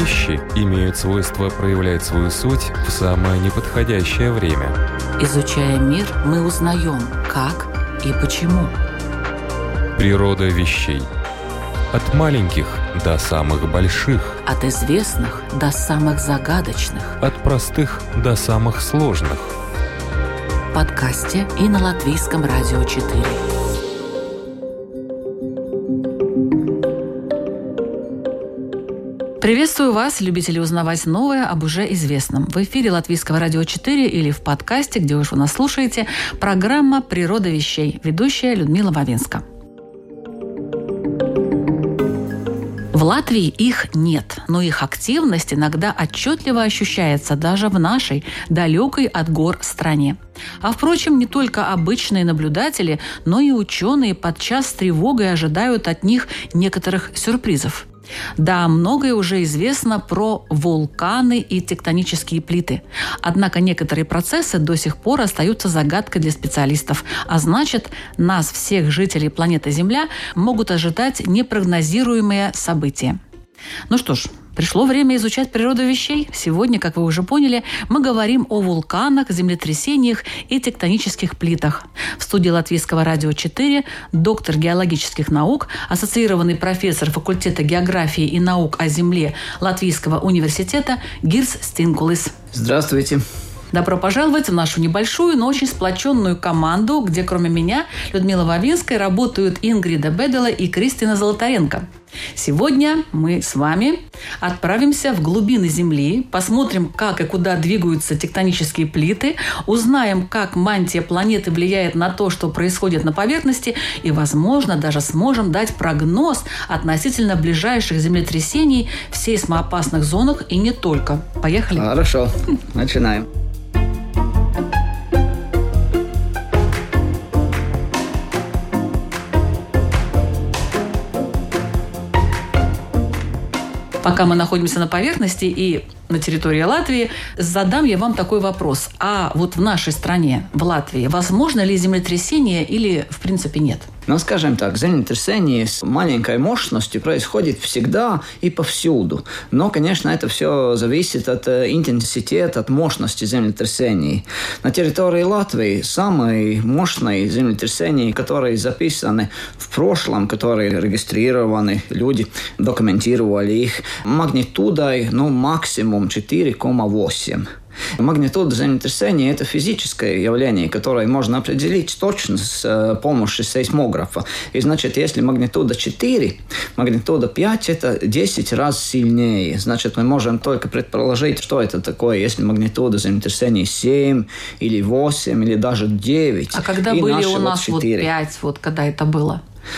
вещи имеют свойство проявлять свою суть в самое неподходящее время. Изучая мир, мы узнаем, как и почему. Природа вещей. От маленьких до самых больших. От известных до самых загадочных. От простых до самых сложных. В подкасте и на Латвийском радио 4. Приветствую вас, любители узнавать новое об уже известном. В эфире Латвийского радио 4 или в подкасте, где уж вы нас слушаете, программа «Природа вещей». Ведущая Людмила Вавинска. В Латвии их нет, но их активность иногда отчетливо ощущается даже в нашей, далекой от гор стране. А впрочем, не только обычные наблюдатели, но и ученые подчас с тревогой ожидают от них некоторых сюрпризов. Да, многое уже известно про вулканы и тектонические плиты. Однако некоторые процессы до сих пор остаются загадкой для специалистов. А значит, нас, всех жителей планеты Земля, могут ожидать непрогнозируемые события. Ну что ж, пришло время изучать природу вещей. Сегодня, как вы уже поняли, мы говорим о вулканах, землетрясениях и тектонических плитах. В студии Латвийского радио 4 доктор геологических наук, ассоциированный профессор факультета географии и наук о Земле Латвийского университета Гирс Стинкулис. Здравствуйте. Добро пожаловать в нашу небольшую, но очень сплоченную команду, где кроме меня, Людмилы Вавинской, работают Ингрида Бедела и Кристина Золотаренко. Сегодня мы с вами отправимся в глубины Земли, посмотрим, как и куда двигаются тектонические плиты, узнаем, как мантия планеты влияет на то, что происходит на поверхности, и, возможно, даже сможем дать прогноз относительно ближайших землетрясений в сейсмоопасных зонах и не только. Поехали? Хорошо, начинаем. Пока мы находимся на поверхности и на территории Латвии, задам я вам такой вопрос. А вот в нашей стране, в Латвии, возможно ли землетрясение или, в принципе, нет? Ну, скажем так, землетрясение с маленькой мощностью происходит всегда и повсюду. Но, конечно, это все зависит от интенситета, от мощности землетрясений. На территории Латвии самые мощные землетрясения, которые записаны в прошлом, которые регистрированы, люди документировали их, магнитудой, максимум 4,8. Магнитуда землетрясения – это физическое явление, которое можно определить точно с помощью сейсмографа. И значит, если магнитуда 4, магнитуда 5 – это 10 раз сильнее. Значит, мы можем только предположить, что это такое, если магнитуда землетрясения 7 или 8 или даже 9. А когда были у нас 5, когда это было?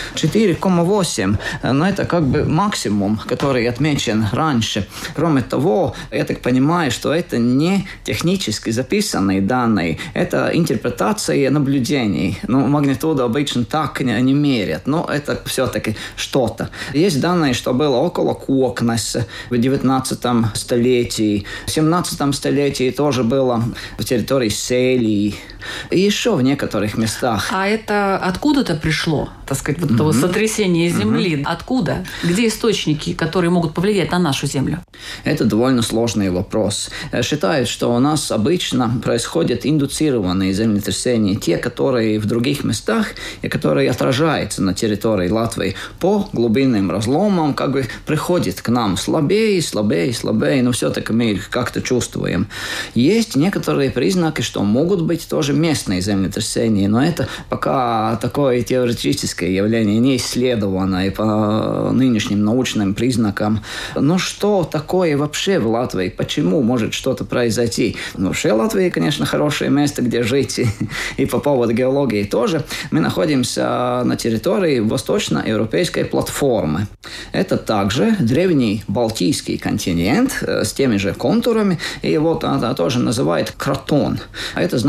4,8, но это как бы максимум, который отмечен раньше. Кроме того, я так понимаю, что это не технически записанные данные, это интерпретация наблюдений. Магнитуду обычно так не мерят, но это все-таки что-то. Есть данные, что было около Koknesa в 19 столетии. В 17 столетии тоже было в территории Селии. И еще в некоторых местах. А это откуда-то пришло, так сказать, вот это сотрясение Земли? Откуда? Где источники, которые могут повлиять на нашу Землю? Это довольно сложный вопрос. Считают, что у нас обычно происходят индуцированные землетрясения, те, которые в других местах и которые отражаются на территории Латвии по глубинным разломам, как бы приходят к нам слабее, но все-таки мы их как-то чувствуем. Есть некоторые признаки, что могут быть тоже местные землетрясения, но это пока такое теоретическое явление, не исследованное по нынешним научным признакам. Но что такое вообще в Латвии? Почему может что-то произойти? Вообще Латвия, конечно, хорошее место, где жить. И по поводу геологии тоже. Мы находимся на территории восточноевропейской платформы. Это также древний Балтийский континент с теми же контурами. И его тоже называют кротон. Это значит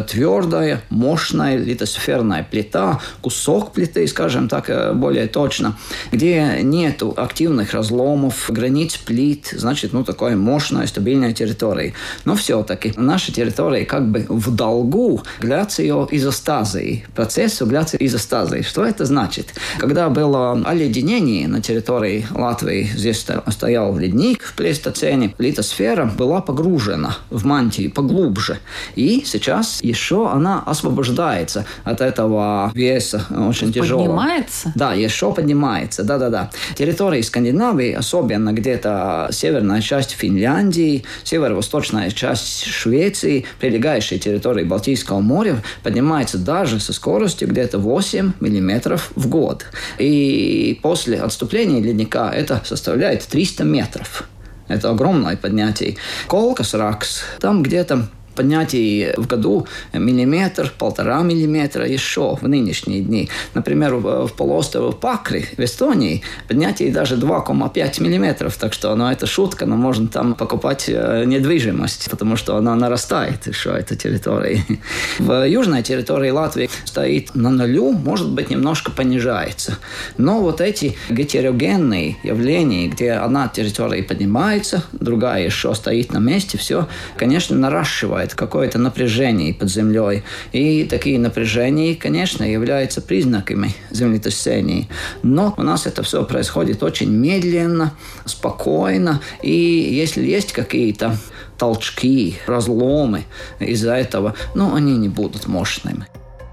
твердая, мощная литосферная плита, кусок плиты, скажем так, более точно, где нет активных разломов, границ плит, значит, такая мощная, стабильная территория. Но все-таки наша территория как бы в долгу глициоизостазии, процессу глициоизостазии. Что это значит? Когда было оледенение на территории Латвии, здесь стоял ледник в плейстоцене, литосфера была погружена в мантию поглубже. И сейчас еще она освобождается от этого веса очень тяжелого. Поднимается? Да, еще поднимается, да. Территории Скандинавии, особенно где-то северная часть Финляндии, северо-восточная часть Швеции, прилегающие территории Балтийского моря, поднимается даже со скоростью где-то 8 миллиметров в год. И после отступления ледника это составляет 300 метров. Это огромное поднятие. Колкас-Ракс, там где-то поднятий в году миллиметр, 1,5 миллиметра еще в нынешние дни. Например, в полуострове Пакри в Эстонии поднятие даже 2,5 миллиметров. Так что, это шутка, но можно там покупать недвижимость, потому что она нарастает еще, эта территория. В южной территории Латвии стоит на нулю, может быть, немножко понижается. Но эти гетерогенные явления, где одна территория поднимается, другая еще стоит на месте, все, конечно, наращивает какое-то напряжение под землей. И такие напряжения, конечно, являются признаками землетрясений. Но у нас это все происходит очень медленно, спокойно. И если есть какие-то толчки, разломы из-за этого, они не будут мощными.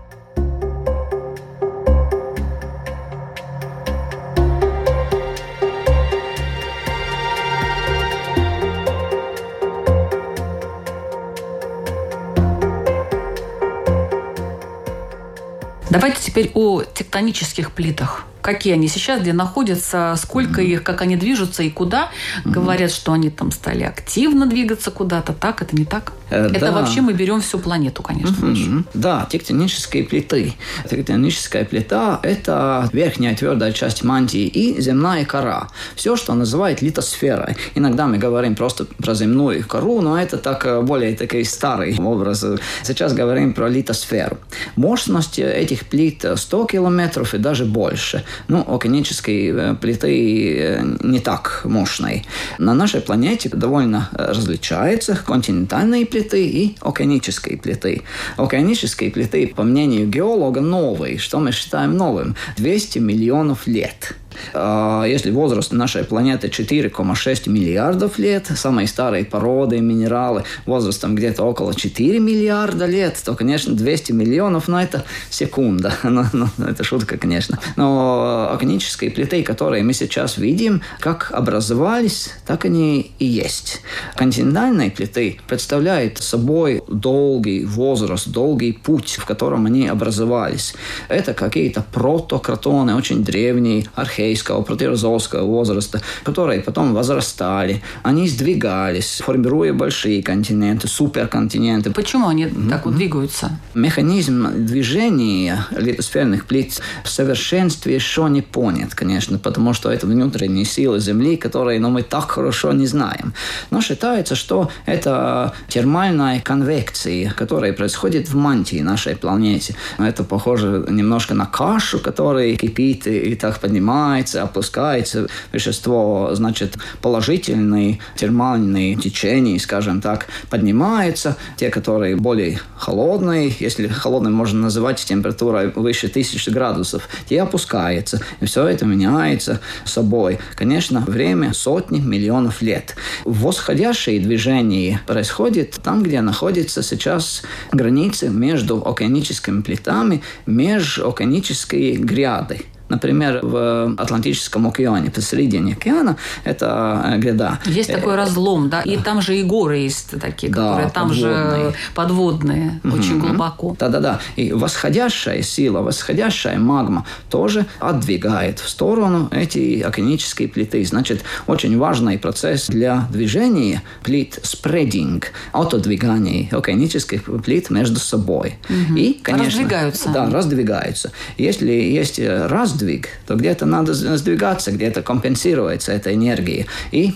Давайте теперь о тектонических плитах. Какие они сейчас, где находятся, сколько их, как они движутся и куда. Говорят, что они там стали активно двигаться куда-то. Так, это не так? Это вообще мы берем всю планету, конечно. Да, тектонические плиты. Тектоническая плита – это верхняя твердая часть мантии и земная кора. Все, что называют литосферой. Иногда мы говорим просто про земную кору, но это так более такой старый образ. Сейчас говорим про литосферу. Мощность этих плит 100 километров и даже больше. Океанические плиты не так мощные. На нашей планете довольно различаются континентальные плиты и океанические плиты. Океанические плиты, по мнению геолога, новые. Что мы считаем новым? 200 миллионов лет. Если возраст нашей планеты 4,6 миллиардов лет, самые старые породы и минералы возрастом где-то около 4 миллиарда лет, то, конечно, 200 миллионов, это секунда. Это шутка, конечно. Но океанические плиты, которые мы сейчас видим, как образовались, так они и есть. Континентальные плиты представляют собой долгий возраст, долгий путь, в котором они образовались. Это какие-то протократоны, очень древние, архейского, протерозойского возраста, которые потом возрастали. Они сдвигались, формируя большие континенты, суперконтиненты. Почему они так двигаются? Механизм движения литосферных плит в совершенстве еще не понят, конечно, потому что это внутренние силы Земли, которые мы так хорошо не знаем. Но считается, что это термальная конвекция, которая происходит в мантии нашей планеты. Это похоже немножко на кашу, которая кипит и так поднимается, опускается. Вещество, значит, положительные термальные течения, скажем так, поднимаются. Те, которые более холодные, если холодным можно называть температурой выше 1000 градусов, те опускаются. И все это меняется собой. Конечно, время сотни миллионов лет. Восходящее движение происходит там, где находятся сейчас границы между океаническими плитами, межокеанические гряды. Например, в Атлантическом океане, посередине океана, это гряда. Есть такой разлом, да? И там же и горы есть такие, которые там подводные. Же подводные, очень глубоко. Да. И восходящая сила, восходящая магма тоже отдвигает в сторону эти океанические плиты. Значит, очень важный процесс для движения плит – спрединг, отодвигание океанических плит между собой. И, конечно, раздвигаются. Да, раздвигаются. Если есть раздвиг, то где-то надо сдвигаться, где-то компенсируется эта энергия. И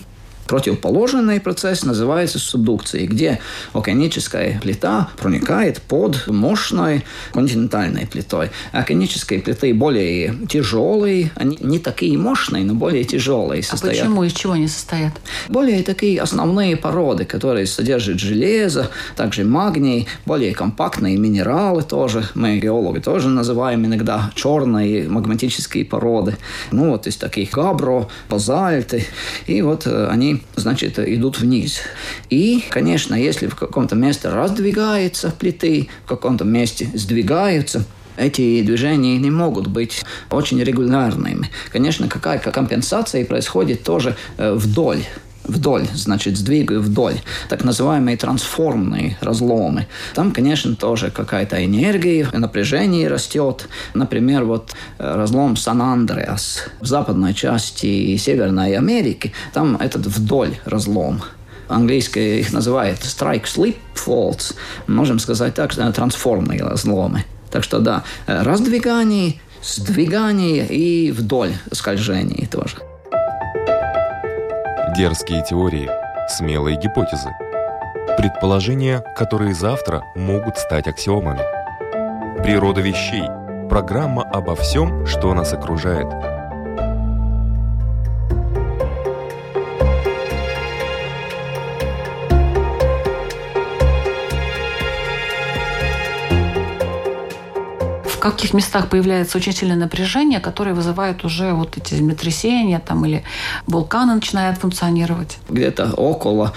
Противоположный процесс называется субдукцией, где океаническая плита проникает под мощной континентальной плитой. Океанические плиты более тяжелые, они не такие мощные, но более тяжелые состоят. А почему? Из чего они состоят? Более такие основные породы, которые содержат железо, также магний, более компактные минералы тоже. Мы, геологи, тоже называем иногда черные магматические породы. Из таких габро, базальты. И они, идут вниз. И, конечно, если в каком-то месте раздвигаются плиты, в каком-то месте сдвигаются, эти движения не могут быть очень регулярными. Конечно, какая-то компенсация происходит тоже вдоль, сдвиг вдоль, так называемые трансформные разломы. Там, конечно, тоже какая-то энергия, напряжение растет. Например, разлом Сан-Андреас в западной части Северной Америки, там этот вдоль разлом. Английский их называют strike-slip faults. Можем сказать так, что трансформные разломы. Так что да, раздвигание, сдвигание и вдоль скольжение тоже. Дерзкие теории, смелые гипотезы. Предположения, которые завтра могут стать аксиомами. Природа вещей. Программа обо всем, что нас окружает. В каких местах появляется очень сильное напряжение, которое вызывает уже эти землетрясения или вулканы начинают функционировать? Где-то около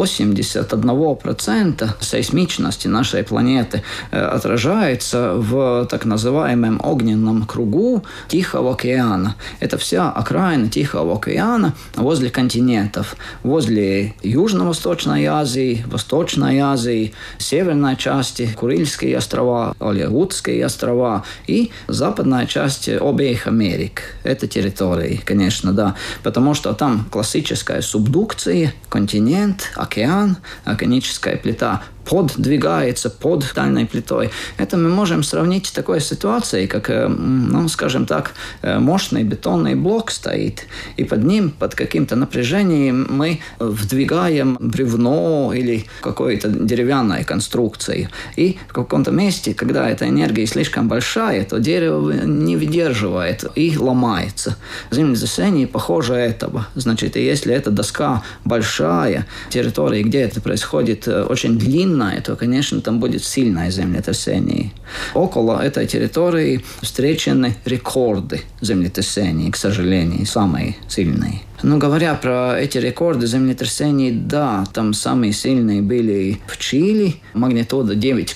81% сейсмичности нашей планеты отражается в так называемом огненном кругу Тихого океана. Это вся окраина Тихого океана возле континентов. Возле Южно-Восточной Азии, Восточной Азии, северной части Курильские острова, Алеутские острова и западная часть обеих Америк. Это территории, конечно, да. Потому что там классическая субдукция, континент, океан, океаническая плита поддвигается под дальней плитой. Это мы можем сравнить с такой ситуацией, как, скажем так, мощный бетонный блок стоит, и под ним, под каким-то напряжением мы вдвигаем бревно или какой-то деревянной конструкции. И в каком-то месте, когда эта энергия слишком большая, то дерево не выдерживает и ломается. Землетрясение похоже этого. Значит, если эта доска большая, территория, где это происходит, очень длинная, то, конечно, там будет сильное землетрясение. Около этой территории встречены рекорды землетрясений, к сожалению, самые сильные. Говоря про эти рекорды землетрясений, да, там самые сильные были в Чили, магнитуда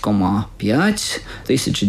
9,5 в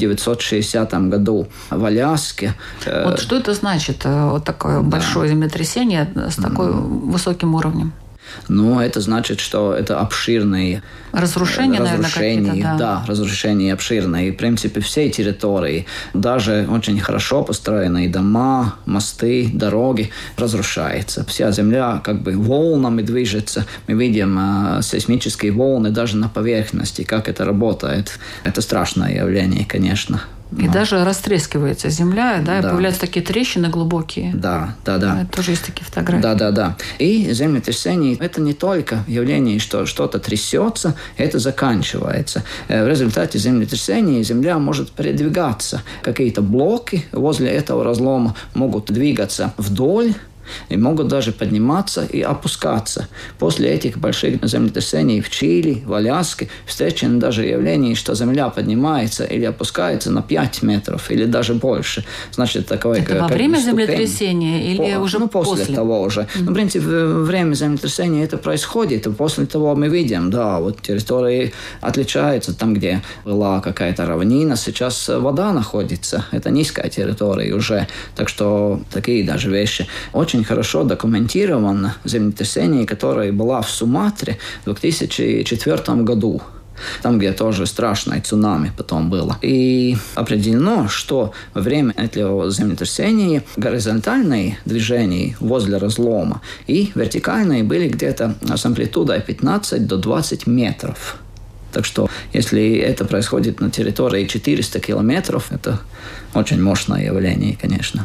1960 году, в Аляске. Что это значит, такое большое землетрясение с такой высоким уровнем? Это значит, что это обширные разрушения, наверное, какие-то, да, разрушения обширные. В принципе, всей территории, даже очень хорошо построенные дома, мосты, дороги разрушаются. Вся земля волнами движется. Мы видим сейсмические волны даже на поверхности, как это работает. Это страшное явление, конечно. И даже растрескивается земля, и появляются такие трещины глубокие. Да. Это тоже есть такие фотографии. Да. И землетрясение – это не только явление, что что-то трясется, это заканчивается. В результате землетрясения земля может передвигаться. Какие-то блоки возле этого разлома могут двигаться вдоль, и могут даже подниматься и опускаться. После этих больших землетрясений в Чили, в Аляске встречено даже явление, что земля поднимается или опускается на 5 метров или даже больше. Значит, такое это во время землетрясения или уже после того уже. В принципе, во время землетрясения это происходит, и после того мы видим, территории отличаются. Там, где была какая-то равнина, сейчас вода находится. Это низкая территория уже. Так что такие даже вещи. Очень хорошо документировано землетрясение, которое было в Суматре в 2004 году. Там, где тоже страшное цунами потом было. И определено, что во время этого землетрясения горизонтальные движения возле разлома и вертикальные были где-то с амплитудой 15 до 20 метров. Так что, если это происходит на территории 400 километров, это очень мощное явление, конечно.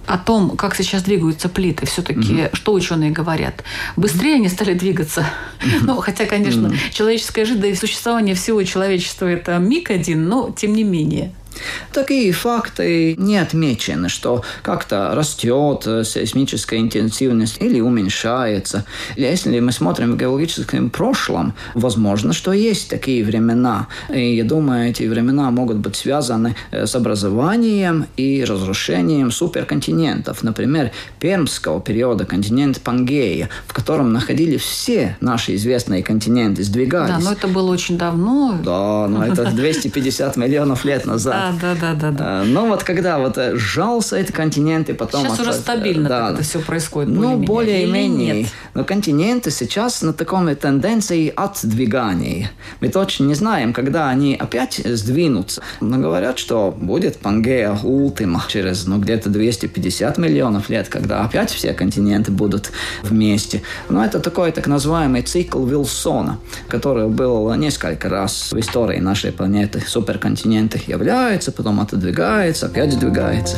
о том, как сейчас двигаются плиты, все-таки, что ученые говорят? Быстрее они стали двигаться? Ну, хотя, конечно, человеческая жизнь, да и существование всего человечества – это миг один, но тем не менее. Такие факты не отмечены, что как-то растет сейсмическая интенсивность или уменьшается. Если мы смотрим в геологическом прошлом, возможно, что есть такие времена. И я думаю, эти времена могут быть связаны с образованием и разрушением суперконтинентов. Например, пермского периода континент Пангея, в котором находились все наши известные континенты, сдвигались. Да, но это было очень давно. Да, но это 250 миллионов лет назад. Да. Но вот когда вот сжался этот континент, и потом... Сейчас уже стабильно это все происходит. Ну, более-менее. Но континенты сейчас на такой тенденции отдвигания. Мы точно не знаем, когда они опять сдвинутся. Но говорят, что будет Пангея Ультима через где-то 250 миллионов лет, когда опять все континенты будут вместе. Но это такой так называемый цикл Вилсона, который был несколько раз в истории нашей планеты. Суперконтиненты являются, потом отодвигается, опять сдвигается.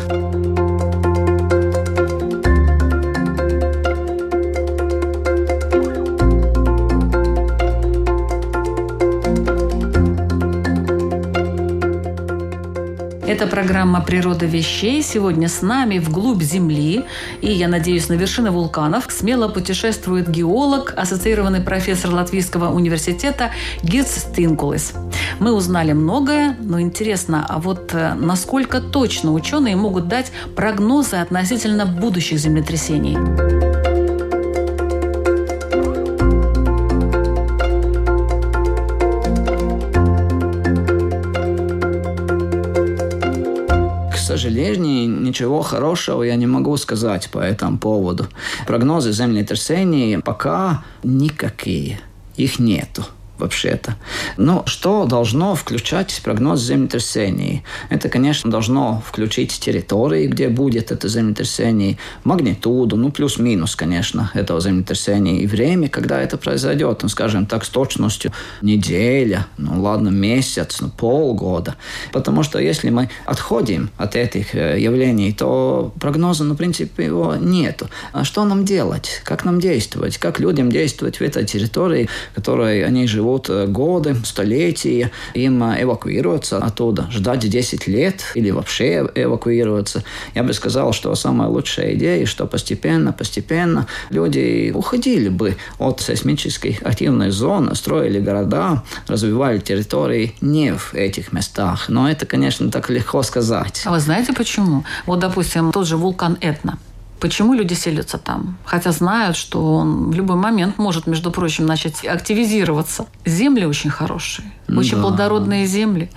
Это программа «Природа вещей». Сегодня с нами вглубь Земли и, я надеюсь, на вершины вулканов смело путешествует геолог, ассоциированный профессор Латвийского университета Гирдс Тинкулис. Мы узнали многое, но интересно, а вот насколько точно ученые могут дать прогнозы относительно будущих землетрясений? К сожалению, ничего хорошего я не могу сказать по этому поводу. Прогнозы землетрясений пока никакие. Их нету. Вообще-то. Но что должно включать прогноз землетрясений? Это, конечно, должно включить территории, где будет это землетрясение, магнитуду, плюс-минус, конечно, этого землетрясения, и время, когда это произойдет, скажем так, с точностью неделя, месяц, полгода. Потому что если мы отходим от этих явлений, то прогноза, в принципе, его нету. А что нам делать? Как нам действовать? Как людям действовать в этой территории, в которой они живут годы, столетия, им эвакуироваться оттуда, ждать 10 лет или вообще эвакуироваться. Я бы сказал, что самая лучшая идея, что постепенно люди уходили бы от сейсмических активных зон, строили города, развивали территории не в этих местах. Но это, конечно, так легко сказать. А вы знаете почему? Вот, допустим, тот же вулкан Этна. Почему люди селятся там? Хотя знают, что он в любой момент может, между прочим, начать активизироваться. Земли очень хорошие, очень плодородные земли.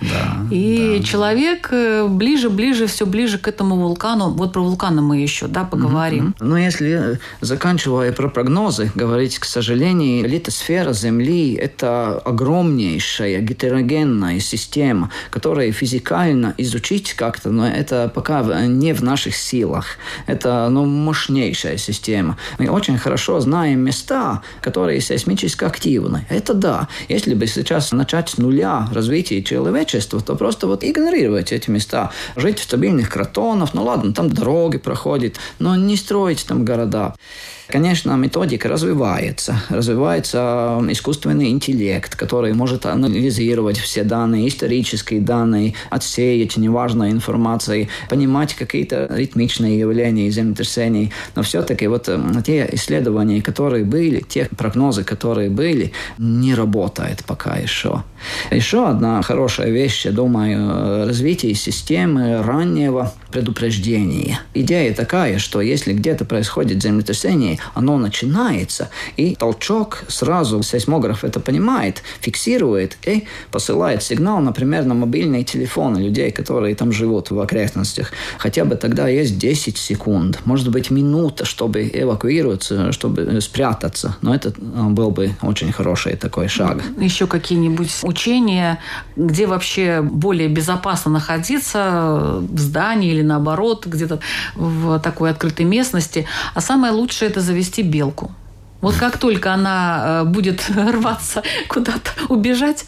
И человек ближе, все ближе к этому вулкану. Вот про вулканы мы еще поговорим. Но если, заканчивая про прогнозы, говорить, к сожалению, литосфера Земли – это огромнейшая гетерогенная система, которую физикально изучить как-то, но это пока не в наших силах. Это, мощнейшая система. Мы очень хорошо знаем места, которые сейсмически активны. Это да. Если бы сейчас начать с нуля развития человечества, то просто игнорировать эти места. Жить в стабильных кротонах, там дороги проходят, но не строить там города. Конечно, методика развивается. Развивается искусственный интеллект, который может анализировать все данные, исторические данные, отсеять неважную информацию, понимать какие-то ритмичные явления землетрясений. Но все-таки те исследования, которые были, те прогнозы, которые были, не работают пока еще. Еще одна хорошая вещь, я думаю, развитие системы раннего предупреждения. Идея такая, что если где-то происходит землетрясение, оно начинается, и толчок сразу, сейсмограф это понимает, фиксирует и посылает сигнал, например, на мобильные телефоны людей, которые там живут в окрестностях. Хотя бы тогда есть 10 секунд, может быть, минута, чтобы эвакуироваться, чтобы спрятаться. Но это был бы очень хороший такой шаг. Еще какие-нибудь учения, где вообще более безопасно находиться, в здании или наоборот, где-то в такой открытой местности. А самое лучшее – это завести белку. Вот как только она будет рваться куда-то, убежать,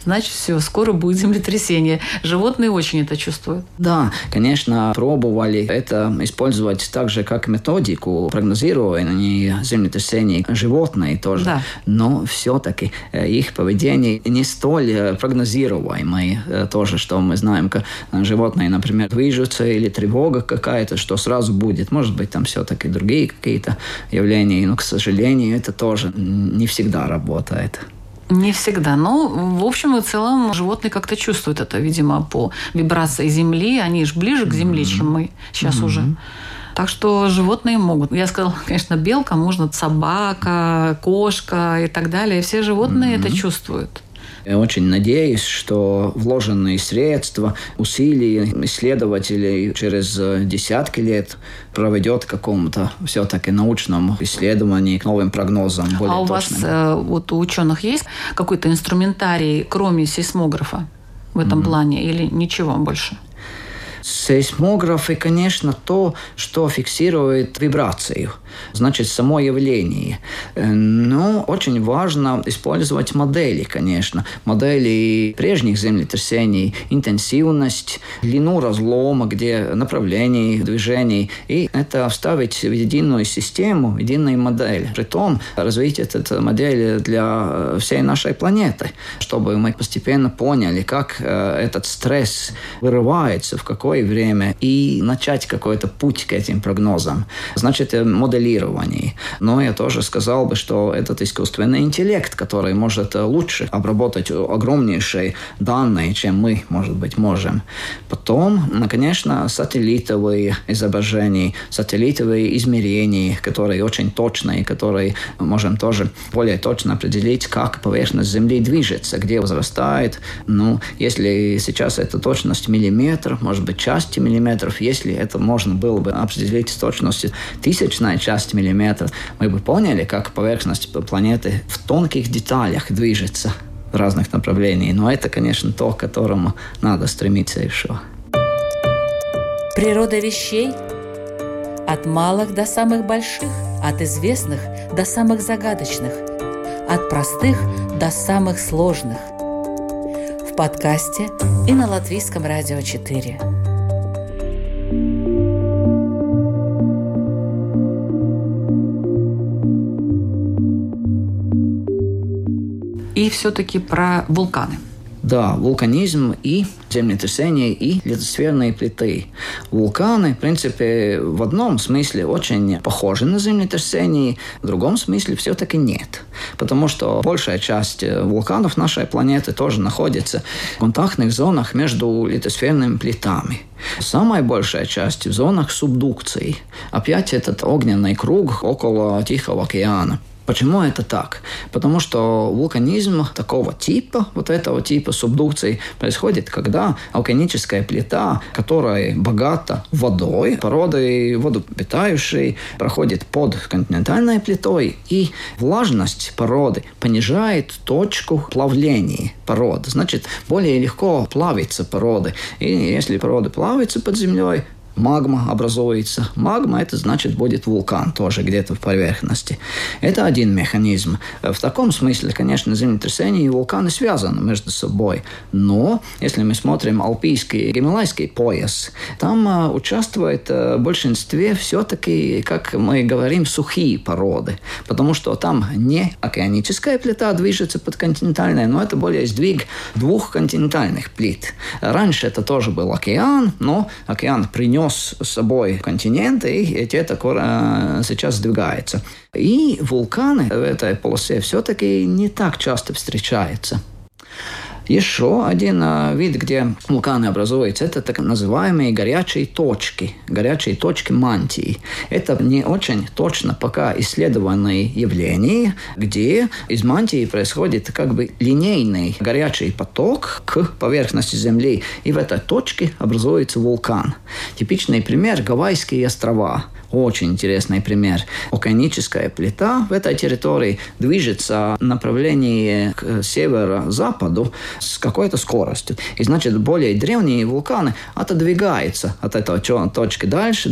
значит, все, скоро будет землетрясение. Животные очень это чувствуют. Да, конечно, пробовали это использовать так же, как методику прогнозирования землетрясений животные тоже. Да. Но все-таки их поведение не столь прогнозируемое. Тоже, что мы знаем, как животные, например, движутся или тревога какая-то, что сразу будет. Может быть, там все-таки другие какие-то явления. Но, к сожалению, это тоже не всегда работает. Не всегда. Но, в общем и целом, животные как-то чувствуют это, видимо, по вибрации Земли. Они же ближе к Земле, чем мы сейчас уже. Так что животные могут. Я сказала, конечно, белка, можно собака, кошка и так далее. Все животные это чувствуют. Я очень надеюсь, что вложенные средства, усилия исследователей через десятки лет проведет к какому-то все-таки научному исследованию, к новым прогнозам более точным. А у вас, вот у ученых есть какой-то инструментарий, кроме сейсмографа в этом плане, или ничего больше? Сейсмографы, конечно, то, что фиксирует вибрацию, значит, само явление. Но очень важно использовать модели, конечно. Модели прежних землетрясений, интенсивность, длину разлома, где направление движений. И это вставить в единую систему, единую модель. Притом развить эту модель для всей нашей планеты, чтобы мы постепенно поняли, как этот стресс вырывается, в какое время, и начать какой-то путь к этим прогнозам. Значит, моделирование. Но я тоже сказал бы, что этот искусственный интеллект, который может лучше обработать огромнейшие данные, чем мы, может быть, можем. Потом, конечно, сателлитовые изображения, сателлитовые измерения, которые очень точные, которые можем тоже более точно определить, как поверхность Земли движется, где возрастает. Ну, если сейчас эта точность миллиметр, может быть, части миллиметров, если это можно было бы определить с точностью тысячной части миллиметра, мы бы поняли, как поверхность планеты в тонких деталях движется в разных направлениях. Но это, конечно, то, к которому надо стремиться еще. Природа вещей от малых до самых больших, от известных до самых загадочных, от простых до самых сложных. В подкасте и на Латвийском радио 4. И все-таки про вулканы. Да, вулканизм и землетрясения, и литосферные плиты. Вулканы, в принципе, в одном смысле очень похожи на землетрясения, в другом смысле все-таки нет. Потому что большая часть вулканов нашей планеты тоже находится в контактных зонах между литосферными плитами. Самая большая часть в зонах субдукции. Опять этот огненный круг около Тихого океана. Почему это так? Потому что вулканизм такого типа, вот этого типа субдукции, происходит, когда вулканическая плита, которая богата водой, породой водопитающей, проходит под континентальной плитой, и влажность породы понижает точку плавления породы. Значит, более легко плавится породы. И если порода плавится под землей, магма образуется. Магма – это значит будет вулкан тоже где-то в поверхности. Это один механизм. В таком смысле, конечно, землетрясения и вулканы связаны между собой. Но если мы смотрим альпийский гималайский пояс, там участвует в большинстве все-таки, как мы говорим, сухие породы. Потому что там не океаническая плита движется под континентальной, но это более сдвиг двух континентальных плит. Раньше это тоже был океан, но океан принес с собой континенты, и это сейчас сдвигается. И вулканы в этой полосе все-таки не так часто встречаются. Еще один вид, где вулканы образуются, это так называемые горячие точки мантии. Это не очень точно пока исследованные явления, где из мантии происходит как бы линейный горячий поток к поверхности Земли, и в этой точке образуется вулкан. Типичный пример – Гавайские острова. очень интересный пример. Вулканическая плита в этой территории движется в направлении к северо-западу с какой-то скоростью. И значит, более древние вулканы отодвигаются от этой точки дальше.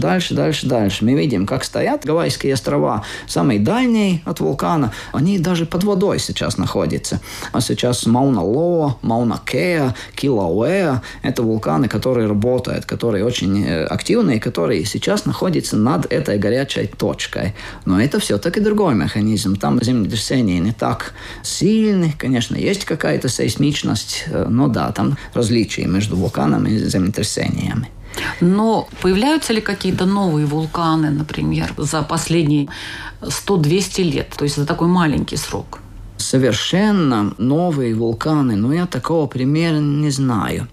Мы видим, как стоят Гавайские острова, самые дальние от вулкана. Они даже под водой сейчас находятся. А сейчас Мауна-Лоа, Мауна-Кеа, Килауэа – это вулканы, которые работают, которые очень активные, которые сейчас находятся над этой горячей точкой. Но это все-таки другой механизм. Там землетрясения не так сильны. Конечно, есть какая-то сейсмичность, но да, там различия между вулканами и землетрясениями. Но появляются ли какие-то новые вулканы, например, за последние 100-200 лет, то есть за такой маленький срок? Совершенно новые вулканы, но я такого примера не знаю.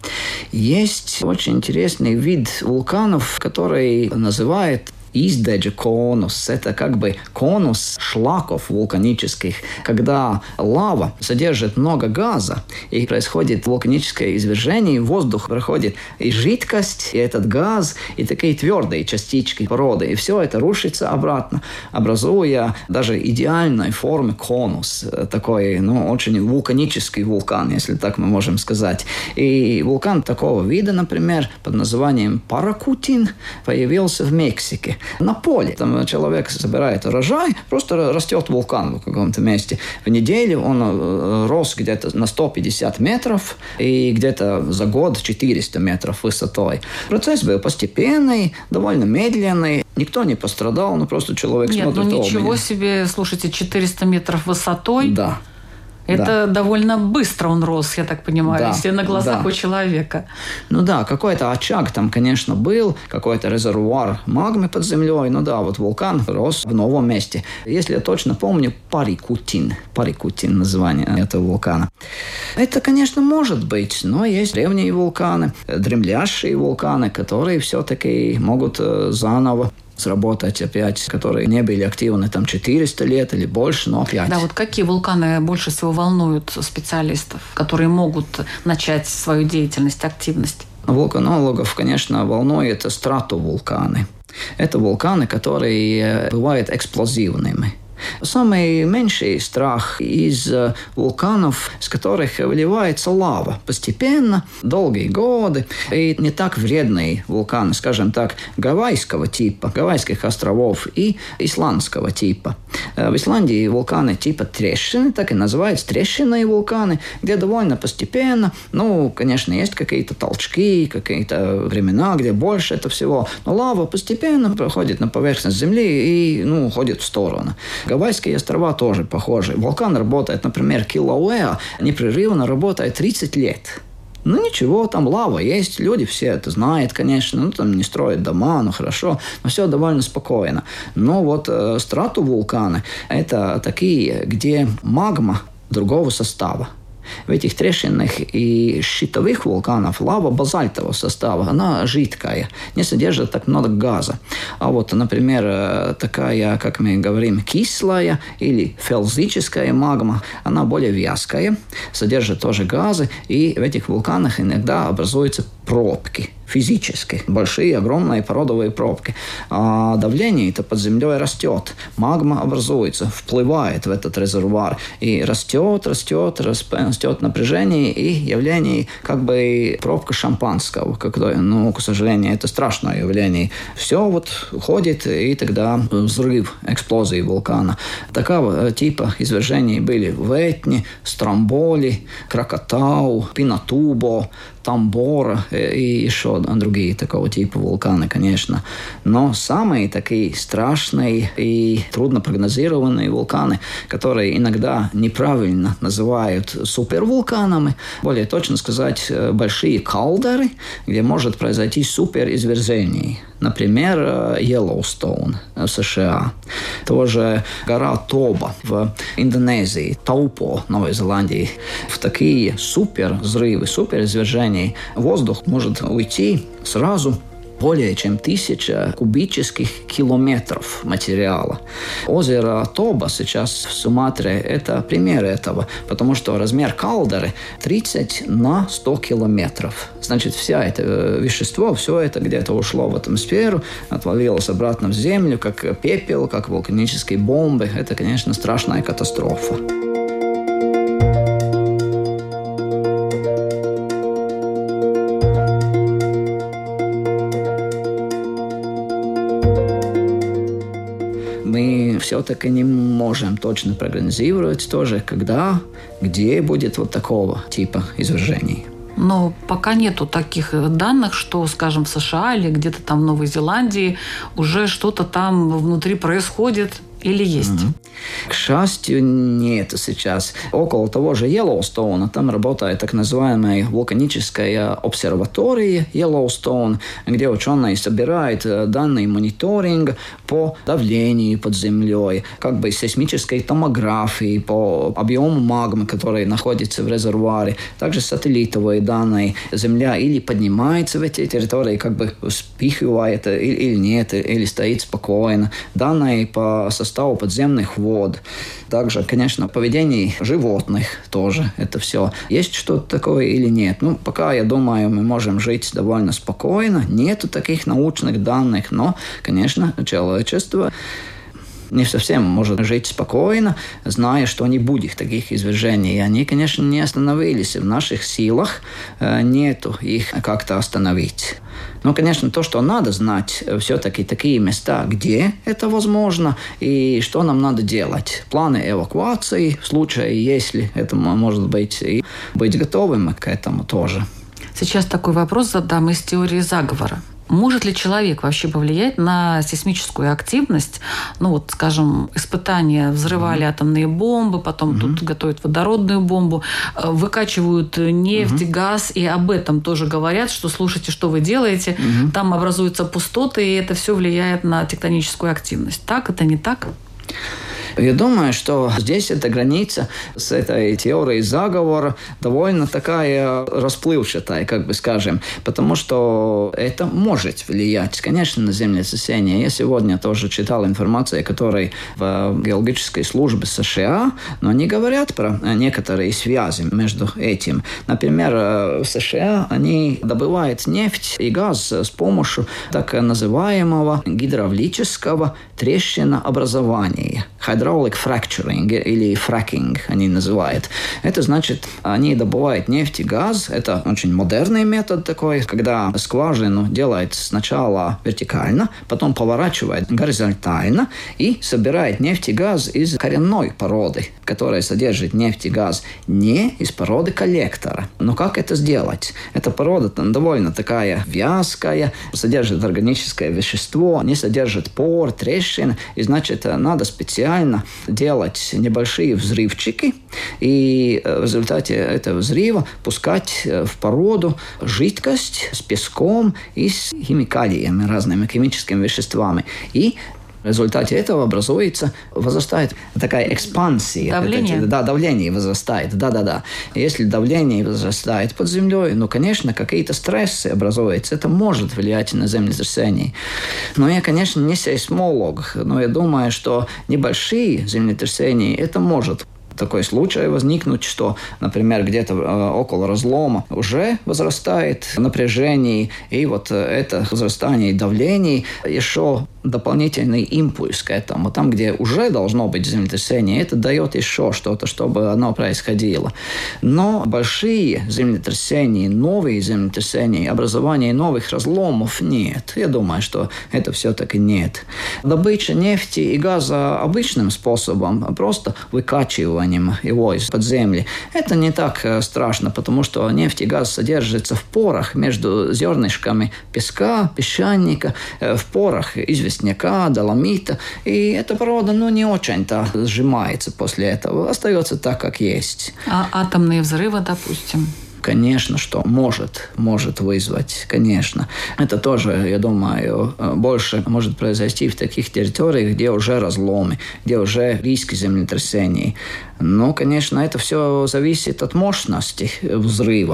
Есть очень интересный вид вулканов, который называют Издеджа конус. Это как бы конус шлаков вулканических, когда лава содержит много газа, и происходит вулканическое извержение, воздух проходит и жидкость, и этот газ, и такие твердые частички породы, и все это рушится обратно, образуя даже идеальной формы конус. Такой, очень вулканический вулкан, если так мы можем сказать. И вулкан такого вида, например, под названием Паракутин, появился в Мексике. На поле. Там человек собирает урожай, просто растет вулкан в каком-то месте. В неделю он рос где-то на 150 метров и где-то за год 400 метров высотой. Процесс был постепенный, довольно медленный. Никто не пострадал, просто человек смотрит. Нет, ничего себе, слушайте, 400 метров высотой. Да. Это довольно быстро он рос, я так понимаю, если на глазах у человека. Какой-то очаг там, конечно, был, какой-то резервуар магмы под землей. Вулкан рос в новом месте. Если я точно помню, Парикутин название этого вулкана. Это, конечно, может быть, но есть древние вулканы, дремлящие вулканы, которые все-таки могут заново сработать опять, которые не были активны 400 лет или больше, но опять. Да, какие вулканы больше всего волнуют специалистов, которые могут начать свою деятельность, активность? Вулканологов, конечно, волнует стратовулканы. Это вулканы, которые бывают эксплозивными. Самый меньший страх из вулканов, с которых выливается лава постепенно, долгие годы, и не так вредные вулканы, скажем так, гавайского типа, Гавайских островов и исландского типа. В Исландии вулканы типа трещины, так и называются трещинные вулканы, где довольно постепенно, конечно, есть какие-то толчки, какие-то времена, где больше это всего, но лава постепенно проходит на поверхность Земли и уходит в сторону. Гавайские острова тоже похожи. Вулкан работает, например, Килауэа непрерывно работает 30 лет. Ничего, там лава есть, люди все это знают, конечно, там не строят дома, хорошо, но все довольно спокойно. Но стратовулканы – это такие, где магма другого состава. В этих трещинных и щитовых вулканах лава базальтового состава, она жидкая, не содержит так много газа. А например, такая, как мы говорим, кислая или фелзическая магма, она более вязкая, содержит тоже газы, и в этих вулканах иногда образуются пробки. Физически. Большие, огромные породовые пробки. А давление-то под землей растет. Магма образуется, вплывает в этот резервуар. И растет напряжение и явление как бы пробка шампанского. К сожалению, это страшное явление. Все уходит, и тогда взрыв, эксплозии вулкана. Такого типа извержений были в Этне, Стромболи, Кракатау, Пинатубо, Тамбора и еще другие такого типа вулканы, конечно. Но самые такие страшные и труднопрогнозированные вулканы, которые иногда неправильно называют супервулканами, более точно сказать, большие кальдеры, где может произойти суперизвержение. Например, Йеллоустоун в США. Тоже гора Тоба в Индонезии, Таупо, Новой Зеландии. В такие супервзрывы, суперизвержения воздух может уйти сразу более чем 1000 кубических километров материала. Озеро Тоба сейчас в Суматре – это пример этого, потому что размер кальдеры 30 на 100 километров. Значит, вся это вещество, все это где-то ушло в атмосферу, отвалилось обратно в землю, как пепел, как вулканические бомбы. Это, конечно, страшная катастрофа. Мы все-таки не можем точно прогнозировать тоже, когда, где будет вот такого типа извержений. Но пока нету таких данных, что, скажем, в США или где-то там в Новой Зеландии уже что-то там внутри происходит или есть? К счастью, нет сейчас. Около того же Йеллоустоуна там работает так называемая вулканическая обсерватория Йеллоустоун, где ученые собирают данные мониторинга по давлению под землей, как бы сейсмической томографии, по объему магмы, который находится в резервуаре, также сателлитовые данные. Земля или поднимается в эти территории, как бы вспихивает или нет, или стоит спокойно. Данные по составу подземных вод. Также, конечно, поведение животных тоже. Это все. Есть что-то такое или нет? Пока, я думаю, мы можем жить довольно спокойно. Нету таких научных данных, но, конечно, человечество не совсем может жить спокойно, зная, что не будет таких извержений. И они, конечно, не остановились. В наших силах нету их как-то остановить. Но, конечно, то, что надо знать, все-таки такие места, где это возможно, и что нам надо делать. Планы эвакуации в случае, если это может быть, и быть готовым к этому тоже. Сейчас такой вопрос задам из теории заговора. Может ли человек вообще повлиять на сейсмическую активность? Скажем, испытания взрывали атомные бомбы, потом тут готовят водородную бомбу, выкачивают нефть, газ, и об этом тоже говорят, что слушайте, что вы делаете, там образуются пустоты, и это все влияет на тектоническую активность. Так это не так? Я думаю, что здесь эта граница с этой теорией заговора довольно такая расплывчатая, как бы скажем, потому что это может влиять, конечно, на землетрясение. Я сегодня тоже читал информацию, которая в геологической службе США, но они говорят про некоторые связи между этим. Например, в США они добывают нефть и газ с помощью так называемого гидравлического трещинообразования. Hydraulic fracturing или fracking они называют. Это значит, они добывают нефть и газ. Это очень модерный метод такой, когда скважину делают сначала вертикально, потом поворачивает горизонтально и собирает нефть и газ из коренной породы, которая содержит нефть и газ, не из породы коллектора. Но как это сделать? Эта порода там довольно такая вязкая, содержит органическое вещество, не содержит пор, трещин, и значит, надо специально делать небольшие взрывчики и в результате этого взрыва пускать в породу жидкость с песком и с химикалиями, разными химическими веществами. И в результате этого возрастает такая экспансия. Давление? Давление возрастает. Да. Если давление возрастает под землей, конечно, какие-то стрессы образуются. Это может влиять на землетрясение. Но я, конечно, не сейсмолог, но я думаю, что небольшие землетрясения это может такой случай возникнуть, что, например, где-то около разлома уже возрастает напряжение, и вот это возрастание давлений еще дополнительный импульс к этому. Там, где уже должно быть землетрясение, это дает еще что-то, чтобы оно происходило. Но большие землетрясения, новые землетрясения, образование новых разломов нет. Я думаю, что это все-таки нет. Добыча нефти и газа обычным способом, просто выкачиванием его из-под земли, это не так страшно, потому что нефть и газ содержатся в порах между зернышками песка, песчаника, в порах известняка, доломита. И эта порода не очень-то сжимается после этого. Остается так, как есть. А атомные взрывы, допустим? Конечно, что может вызвать, конечно. Это тоже, я думаю, больше может произойти в таких территориях, где уже разломы, где уже риски землетрясений. Но, конечно, это все зависит от мощности взрыва.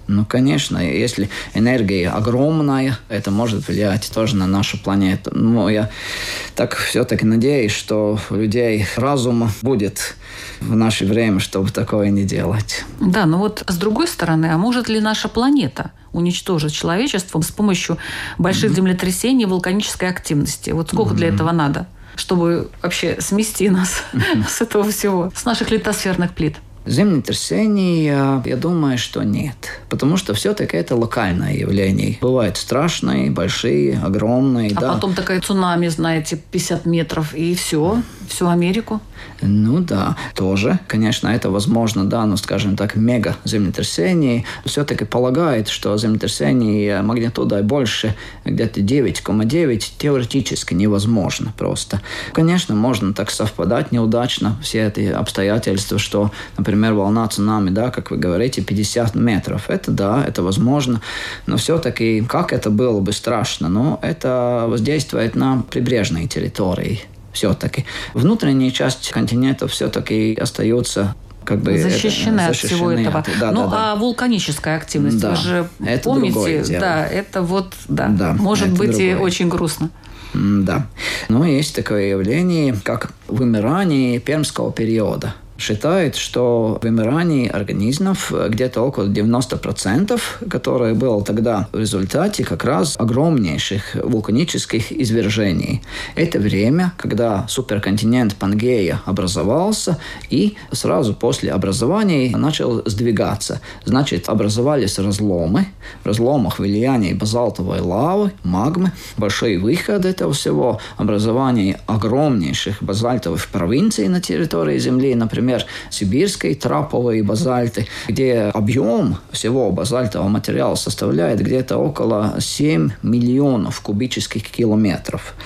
Ну, конечно, если энергия огромная, это может влиять тоже на нашу планету. Но я так все-таки надеюсь, что у людей разума будет в наше время, чтобы такое не делать. Да, но вот с другой стороны, а может ли наша планета уничтожить человечество с помощью больших землетрясений и вулканической активности? Вот сколько для этого надо, чтобы вообще смести нас с этого всего, с наших литосферных плит? Землетрясений, я думаю, что нет. Потому что все-таки это локальное явление. Бывают страшные, большие, огромные. А потом такая цунами, знаете, 50 метров, и все, всю Америку. Ну да, тоже, конечно, это возможно, да, но, скажем так, мега-землетрясений все-таки полагает, что землетрясений магнитудой больше, где-то 9,9, теоретически невозможно просто. Конечно, можно так совпадать неудачно, все эти обстоятельства, что, например, волна цунами, да, как вы говорите, 50 метров. Это да, это возможно, но все-таки, как это было бы страшно, но это воздействует на прибрежные территории. Все-таки. Внутренняя часть континента все-таки остается как бы защищены от всего этого. Да, а вулканическая активность, да, вы же это помните, да, это вот, да может быть другое. И очень грустно. Да. Но есть такое явление, как вымирание пермского периода. Считают, что вымирание организмов где-то около 90%, которое было тогда в результате как раз огромнейших вулканических извержений. Это время, когда суперконтинент Пангея образовался и сразу после образования начал сдвигаться. Значит, образовались разломы. В разломах влияние базальтовой лавы, магмы, большой выход этого всего, образование огромнейших базальтовых провинций на территории Земли, например, сибирские траповые базальты, где объем всего базальтового материала составляет где-то около 7 миллионов кубических километров.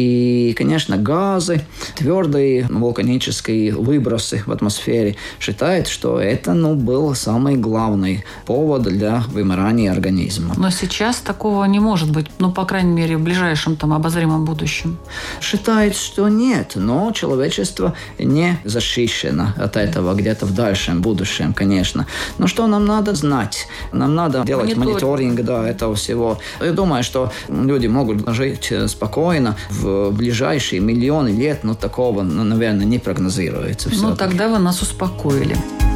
И, конечно, газы, твердые вулканические выбросы в атмосфере считают, что это был самый главный повод для вымирания организма. Но сейчас такого не может быть, по крайней мере, в ближайшем обозримом будущем. Считают, что нет, но человечество не защищено от этого где-то в дальшем будущем, конечно. Но что нам надо знать? Нам надо делать мониторинг этого всего. Я думаю, что люди могут жить спокойно в ближайшие миллионы лет, но такого, наверное, не прогнозируется. Тогда вы нас успокоили.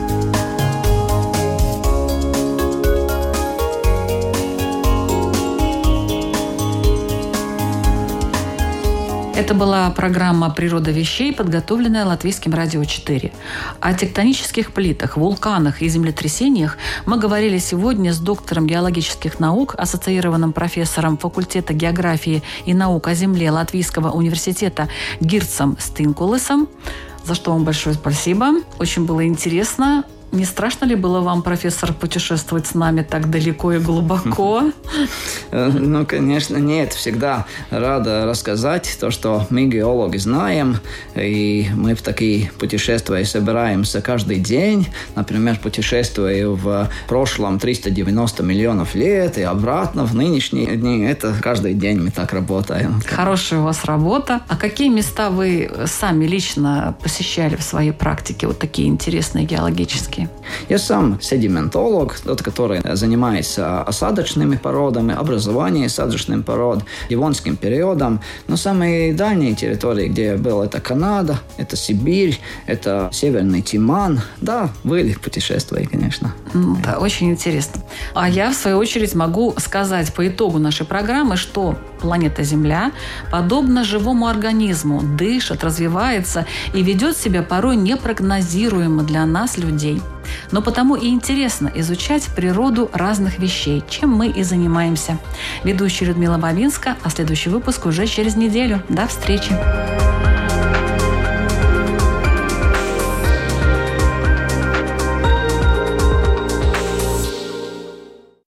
Это была программа «Природа вещей», подготовленная Латвийским радио 4. О тектонических плитах, вулканах и землетрясениях мы говорили сегодня с доктором геологических наук, ассоциированным профессором факультета географии и наук о Земле Латвийского университета Гирцем Стинкулесом, за что вам большое спасибо. Очень было интересно. Не страшно ли было вам, профессор, путешествовать с нами так далеко и глубоко? Конечно, нет. Всегда рада рассказать то, что мы, геологи, знаем. И мы в такие путешествия собираемся каждый день. Например, путешествую в прошлом 390 миллионов лет и обратно в нынешние дни. Это каждый день мы так работаем. Хорошая у вас работа. А какие места вы сами лично посещали в своей практике? Вот такие интересные геологические. Я сам седиментолог, тот, который занимается осадочными породами, образованием осадочных пород, Девонским периодом. Но самые дальние территории, где я был, это Канада, это Сибирь, это Северный Тиман. Да, были путешествия, конечно. Да, очень интересно. А я, в свою очередь, могу сказать по итогу нашей программы, что планета Земля подобно живому организму, дышит, развивается и ведет себя порой непрогнозируемо для нас, людей. Но потому и интересно изучать природу разных вещей, чем мы и занимаемся. Ведущая Людмила Бабинска, а следующий выпуск уже через неделю. До встречи!